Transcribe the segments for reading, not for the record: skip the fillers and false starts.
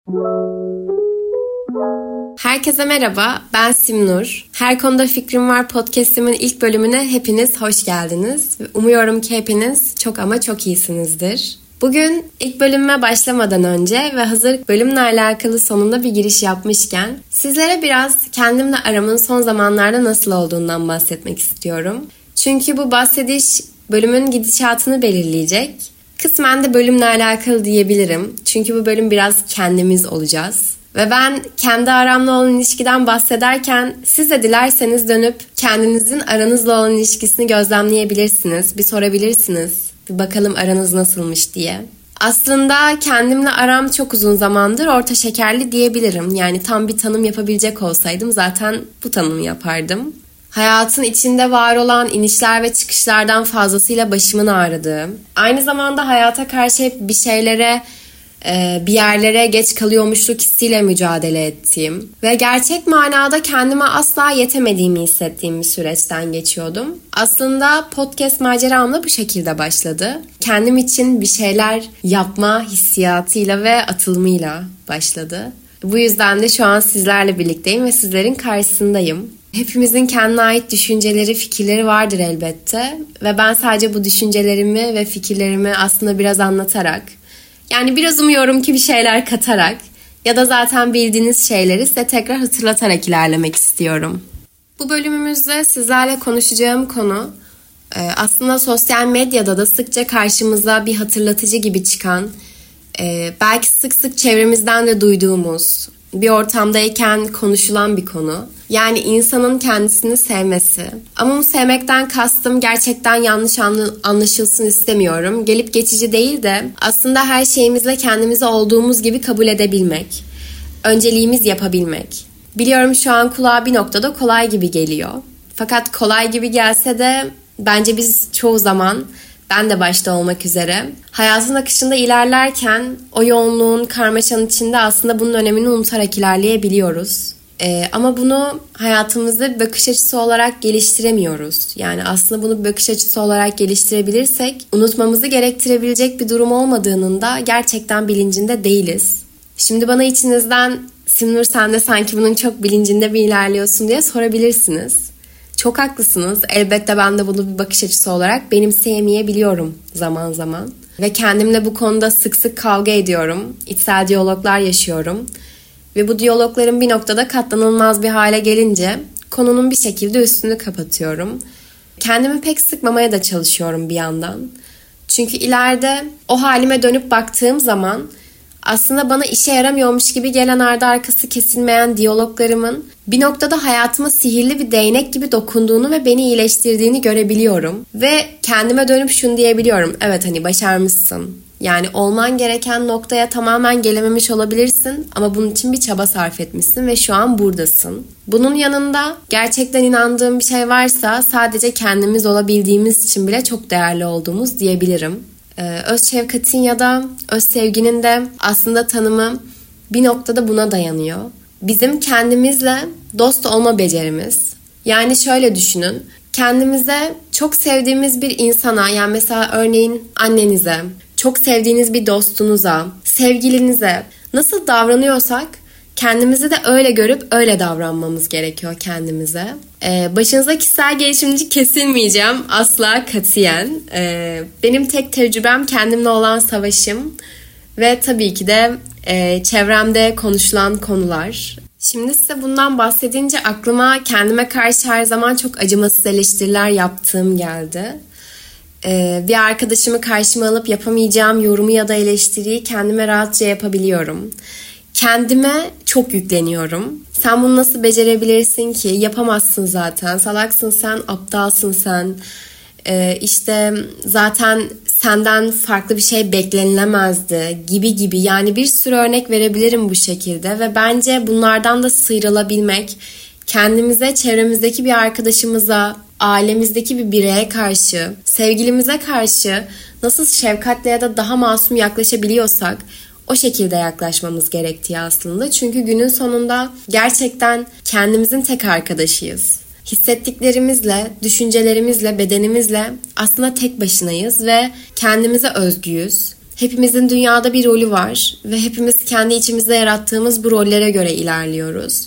Herkese merhaba, ben Simnur. Her Konuda Fikrim Var podcast'imin ilk bölümüne hepiniz hoş geldiniz. Umuyorum ki hepiniz çok ama çok iyisinizdir. Bugün ilk bölümüme başlamadan önce ve hazır bölümle alakalı sonunda bir giriş yapmışken sizlere biraz kendimle aramın son zamanlarda nasıl olduğundan bahsetmek istiyorum. Çünkü bu bahsediş bölümün gidişatını belirleyecek. Kısmen de bölümle alakalı diyebilirim. Çünkü bu bölüm biraz kendimiz olacağız. Ve ben kendi aramla olan ilişkiden bahsederken siz de dilerseniz dönüp kendinizin aranızla olan ilişkisini gözlemleyebilirsiniz. Bir sorabilirsiniz. Bir bakalım aranız nasılmış diye. Aslında kendimle aram çok uzun zamandır orta şekerli diyebilirim. Yani tam bir tanım yapabilecek olsaydım zaten bu tanımı yapardım. Hayatın içinde var olan inişler ve çıkışlardan fazlasıyla başımın ağrıdığı, aynı zamanda hayata karşı hep bir yerlere geç kalıyormuşluk hissiyle mücadele ettiğim ve gerçek manada kendime asla yetemediğimi hissettiğim bir süreçten geçiyordum. Aslında podcast maceram da bu şekilde başladı. Kendim için bir şeyler yapma hissiyatıyla ve atılımıyla başladı. Bu yüzden de şu an sizlerle birlikteyim ve sizlerin karşısındayım. Hepimizin kendine ait düşünceleri, fikirleri vardır elbette ve ben sadece bu düşüncelerimi ve fikirlerimi aslında biraz anlatarak, yani biraz umuyorum ki bir şeyler katarak ya da zaten bildiğiniz şeyleri size tekrar hatırlatarak ilerlemek istiyorum. Bu bölümümüzde sizlerle konuşacağım konu aslında sosyal medyada da sıkça karşımıza bir hatırlatıcı gibi çıkan, belki sık sık çevremizden de duyduğumuz, bir ortamdayken konuşulan bir konu. Yani insanın kendisini sevmesi. Ama bu sevmekten kastım gerçekten yanlış anlaşılsın istemiyorum. Gelip geçici değil de aslında her şeyimizle kendimizi olduğumuz gibi kabul edebilmek. Önceliğimiz yapabilmek. Biliyorum şu an kulağa bir noktada kolay gibi geliyor. Fakat kolay gibi gelse de bence biz çoğu zaman, ben de başta olmak üzere, hayatın akışında ilerlerken o yoğunluğun, karmaşanın içinde aslında bunun önemini unutarak ilerleyebiliyoruz. Ama bunu hayatımızda bir bakış açısı olarak geliştiremiyoruz. Yani aslında bunu bir bakış açısı olarak geliştirebilirsek unutmamızı gerektirebilecek bir durum olmadığının da gerçekten bilincinde değiliz. Şimdi bana içinizden Simnur sen de sanki bunun çok bilincinde bir ilerliyorsun diye sorabilirsiniz. Çok haklısınız. Elbette ben de bunu bir bakış açısı olarak benimseyemeyebiliyorum zaman zaman. Ve kendimle bu konuda sık sık kavga ediyorum. İçsel diyaloglar yaşıyorum. Ve bu diyalogların bir noktada katlanılmaz bir hale gelince konunun bir şekilde üstünü kapatıyorum. Kendimi pek sıkmamaya da çalışıyorum bir yandan. Çünkü ileride o halime dönüp baktığım zaman aslında bana işe yaramıyormuş gibi gelen ardı arkası kesilmeyen diyaloglarımın bir noktada hayatıma sihirli bir değnek gibi dokunduğunu ve beni iyileştirdiğini görebiliyorum. Ve kendime dönüp şunu diyebiliyorum. Evet, hani başarmışsın. Yani olman gereken noktaya tamamen gelememiş olabilirsin ama bunun için bir çaba sarf etmişsin ve şu an buradasın. Bunun yanında gerçekten inandığım bir şey varsa sadece kendimiz olabildiğimiz için bile çok değerli olduğumuz diyebilirim. Öz şefkatin ya da öz sevginin de aslında tanımı bir noktada buna dayanıyor. Bizim kendimizle dost olma becerimiz. Yani şöyle düşünün. Kendimize çok sevdiğimiz bir insana, yani mesela örneğin annenize, çok sevdiğiniz bir dostunuza, sevgilinize nasıl davranıyorsak kendimizi de öyle görüp öyle davranmamız gerekiyor kendimize. Başınıza kişisel gelişimci kesilmeyeceğim asla, katiyen. Benim tek tecrübem kendimle olan savaşım ve tabii ki de çevremde konuşulan konular. Şimdi size bundan bahsedince aklıma kendime karşı her zaman çok acımasız eleştiriler yaptığım geldi. Bir arkadaşımı karşıma alıp yapamayacağım yorumu ya da eleştiriyi kendime rahatça yapabiliyorum. Kendime çok yükleniyorum. Sen bunu nasıl becerebilirsin ki? Yapamazsın zaten. Salaksın sen, aptalsın sen. İşte zaten senden farklı bir şey beklenilemezdi gibi. Yani bir sürü örnek verebilirim bu şekilde ve bence bunlardan da sıyrılabilmek, kendimize, çevremizdeki bir arkadaşımıza, ailemizdeki bir bireye karşı, sevgilimize karşı nasıl şefkatle ya da daha masum yaklaşabiliyorsak o şekilde yaklaşmamız gerektiği aslında. Çünkü günün sonunda gerçekten kendimizin tek arkadaşıyız. Hissettiklerimizle, düşüncelerimizle, bedenimizle aslında tek başınayız ve kendimize özgüyüz. Hepimizin dünyada bir rolü var ve hepimiz kendi içimizde yarattığımız bu rollere göre ilerliyoruz.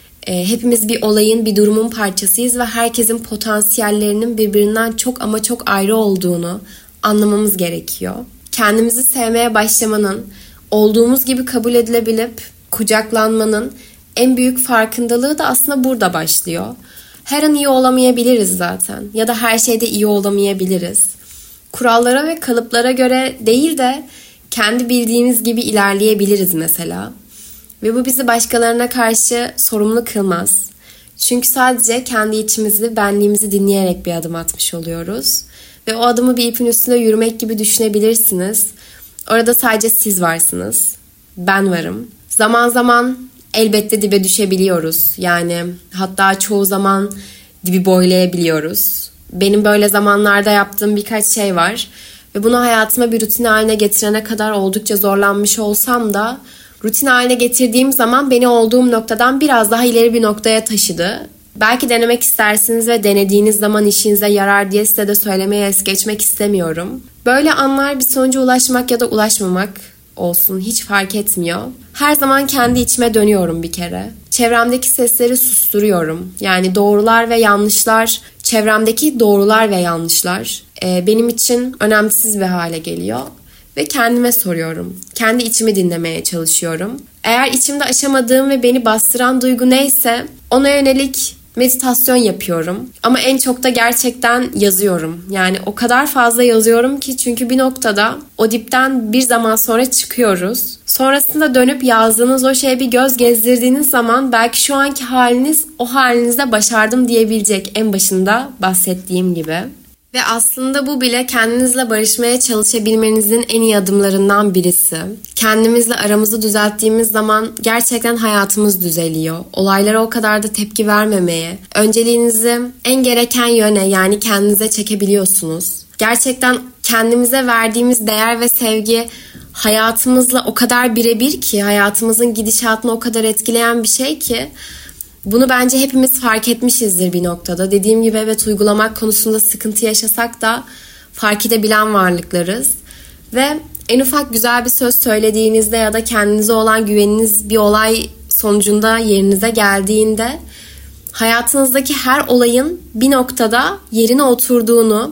Hepimiz bir olayın, bir durumun parçasıyız ve herkesin potansiyellerinin birbirinden çok ama çok ayrı olduğunu anlamamız gerekiyor. Kendimizi sevmeye başlamanın, olduğumuz gibi kabul edilebilip kucaklanmanın en büyük farkındalığı da aslında burada başlıyor. Her an iyi olamayabiliriz zaten ya da her şeyde iyi olamayabiliriz. Kurallara ve kalıplara göre değil de kendi bildiğimiz gibi ilerleyebiliriz mesela. Ve bu bizi başkalarına karşı sorumlu kılmaz. Çünkü sadece kendi içimizi, benliğimizi dinleyerek bir adım atmış oluyoruz. Ve o adımı bir ipin üstünde yürümek gibi düşünebilirsiniz. Orada sadece siz varsınız. Ben varım. Zaman zaman elbette dibe düşebiliyoruz. Yani hatta çoğu zaman dibi boylayabiliyoruz. Benim böyle zamanlarda yaptığım birkaç şey var. Ve bunu hayatıma bir rutin haline getirene kadar oldukça zorlanmış olsam da rutin haline getirdiğim zaman beni olduğum noktadan biraz daha ileri bir noktaya taşıdı. Belki denemek istersiniz ve denediğiniz zaman işinize yarar diye size de söylemeye es geçmek istemiyorum. Böyle anlar bir sonuca ulaşmak ya da ulaşmamak olsun hiç fark etmiyor. Her zaman kendi içime dönüyorum bir kere. Çevremdeki sesleri susturuyorum. Yani doğrular ve yanlışlar, çevremdeki doğrular ve yanlışlar benim için önemsiz bir hale geliyor. Ve kendime soruyorum. Kendi içimi dinlemeye çalışıyorum. Eğer içimde aşamadığım ve beni bastıran duygu neyse ona yönelik meditasyon yapıyorum. Ama en çok da gerçekten yazıyorum. Yani o kadar fazla yazıyorum ki çünkü bir noktada o dipten bir zaman sonra çıkıyoruz. Sonrasında dönüp yazdığınız o şeye bir göz gezdirdiğiniz zaman belki şu anki haliniz o halinizde başardım diyebilecek en başında bahsettiğim gibi. Ve aslında bu bile kendinizle barışmaya çalışabilmenizin en iyi adımlarından birisi. Kendimizle aramızı düzelttiğimiz zaman gerçekten hayatımız düzeliyor. Olaylara o kadar da tepki vermemeye, önceliğinizi en gereken yöne yani kendinize çekebiliyorsunuz. Gerçekten kendimize verdiğimiz değer ve sevgi hayatımızla o kadar birebir ki, hayatımızın gidişatını o kadar etkileyen bir şey ki bunu bence hepimiz fark etmişizdir bir noktada. Dediğim gibi evet uygulamak konusunda sıkıntı yaşasak da fark edebilen varlıklarız. Ve en ufak güzel bir söz söylediğinizde ya da kendinize olan güveniniz bir olay sonucunda yerinize geldiğinde hayatınızdaki her olayın bir noktada yerine oturduğunu,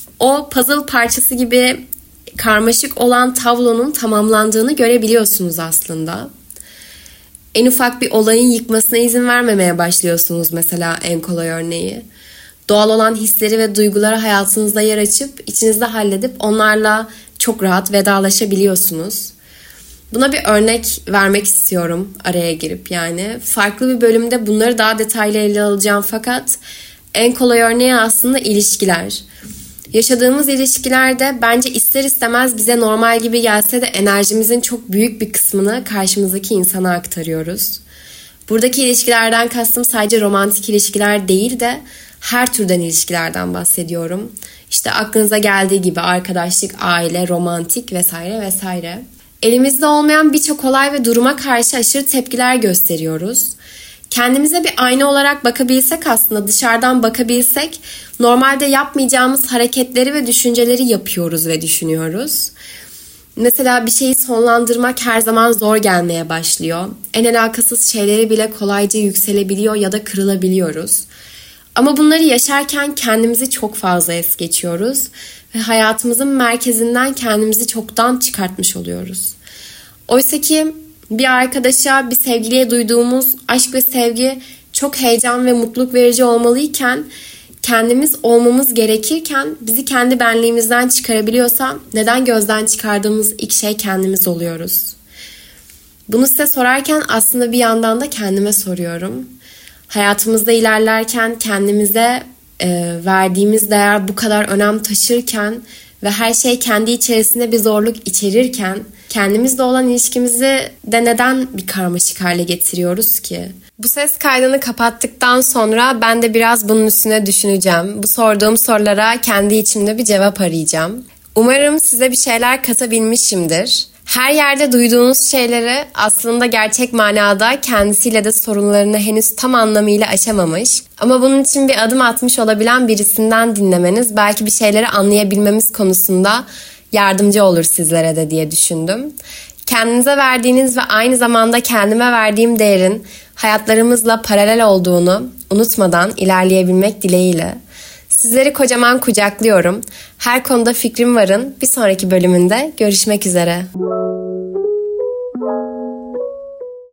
o puzzle parçası gibi karmaşık olan tablonun tamamlandığını görebiliyorsunuz aslında. En ufak bir olayın yıkmasına izin vermemeye başlıyorsunuz mesela en kolay örneği. Doğal olan hisleri ve duyguları hayatınızda yer açıp içinizde halledip onlarla çok rahat vedalaşabiliyorsunuz. Buna bir örnek vermek istiyorum araya girip yani. Farklı bir bölümde bunları daha detaylı ele alacağım fakat en kolay örneği aslında ilişkiler. Yaşadığımız ilişkilerde bence ister istemez bize normal gibi gelse de enerjimizin çok büyük bir kısmını karşımızdaki insana aktarıyoruz. Buradaki ilişkilerden kastım sadece romantik ilişkiler değil de her türden ilişkilerden bahsediyorum. İşte aklınıza geldiği gibi arkadaşlık, aile, romantik vesaire vesaire. Elimizde olmayan birçok olay ve duruma karşı aşırı tepkiler gösteriyoruz. Kendimize bir ayna olarak bakabilsek aslında dışarıdan bakabilsek normalde yapmayacağımız hareketleri ve düşünceleri yapıyoruz ve düşünüyoruz. Mesela bir şeyi sonlandırmak her zaman zor gelmeye başlıyor. En alakasız şeyleri bile kolayca yükselebiliyor ya da kırılabiliyoruz. Ama bunları yaşarken kendimizi çok fazla es geçiyoruz ve hayatımızın merkezinden kendimizi çoktan çıkartmış oluyoruz. Oysa ki bir arkadaşa, bir sevgiliye duyduğumuz aşk ve sevgi çok heyecan ve mutluluk verici olmalıyken, kendimiz olmamız gerekirken bizi kendi benliğimizden çıkarabiliyorsa neden gözden çıkardığımız ilk şey kendimiz oluyoruz? Bunu size sorarken aslında bir yandan da kendime soruyorum. Hayatımızda ilerlerken kendimize verdiğimiz değer bu kadar önem taşırken ve her şey kendi içerisinde bir zorluk içerirken kendimizle olan ilişkimizi de neden bir karmaşık hale getiriyoruz ki? Bu ses kaydını kapattıktan sonra ben de biraz bunun üstüne düşüneceğim. Bu sorduğum sorulara kendi içimde bir cevap arayacağım. Umarım size bir şeyler katabilmişimdir. Her yerde duyduğunuz şeyleri aslında gerçek manada kendisiyle de sorunlarını henüz tam anlamıyla aşamamış ama bunun için bir adım atmış olabilen birisinden dinlemeniz belki bir şeyleri anlayabilmemiz konusunda yardımcı olur sizlere de diye düşündüm. Kendinize verdiğiniz ve aynı zamanda kendime verdiğim değerin hayatlarımızla paralel olduğunu unutmadan ilerleyebilmek dileğiyle sizleri kocaman kucaklıyorum. Her konuda fikrim varın. Bir sonraki bölümünde görüşmek üzere.